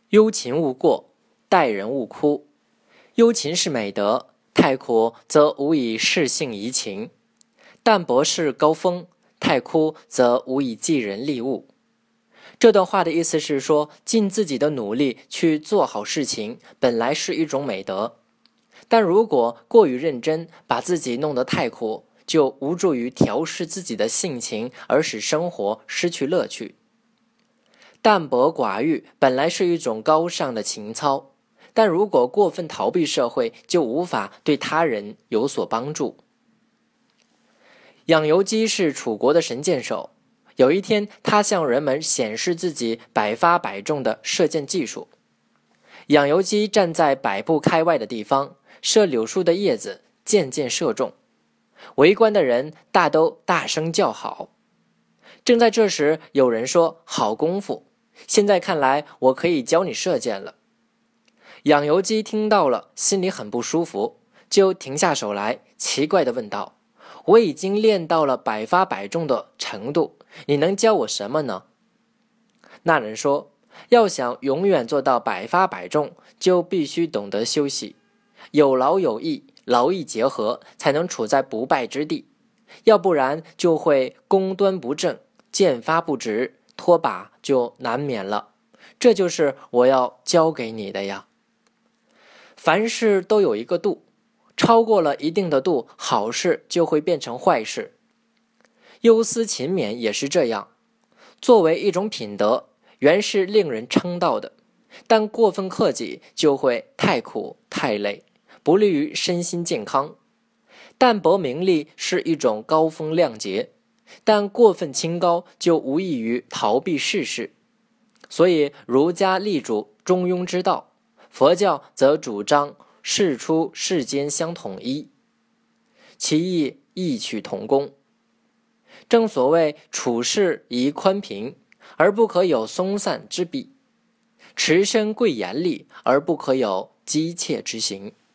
忧勤勿过，待人勿哭。忧勤是美德，太苦则无以适性怡情；淡泊是高峰，太枯则无以济人利物。这段话的意思是说，尽自己的努力去做好事情，本来是一种美德，但如果过于认真，把自己弄得太苦，就无助于调试自己的性情，而使生活失去乐趣。淡泊寡欲本来是一种高尚的情操，但如果过分逃避社会，就无法对他人有所帮助。养由基是楚国的神箭手，有一天他向人们显示自己百发百中的射箭技术。养由基站在100步开外的地方，射柳树的叶子，箭箭射中，围观的人大都大声叫好。正在这时，有人说：“好功夫，现在看来我可以教你射箭了。”养由基听到了，心里很不舒服，就停下手来，奇怪地问道：“我已经练到了百发百中的程度，你能教我什么呢？”那人说：“要想永远做到百发百中，就必须懂得休息，有劳有逸，劳逸结合，才能处在不败之地，要不然就会弓端不正，箭发不直，脱靶就难免了。这就是我要教给你的呀。”凡事都有一个度，超过了一定的度，好事就会变成坏事。忧思勤勉也是这样，作为一种品德，原是令人称道的，但过分克己就会太苦太累，不利于身心健康。淡泊名利是一种高风亮节，但过分清高就无异于逃避世事。所以儒家力主中庸之道，佛教则主张世出世间相统一，其意异曲同工。正所谓处事宜宽平，而不可有松散之弊；持身贵严厉，而不可有姬妾之行。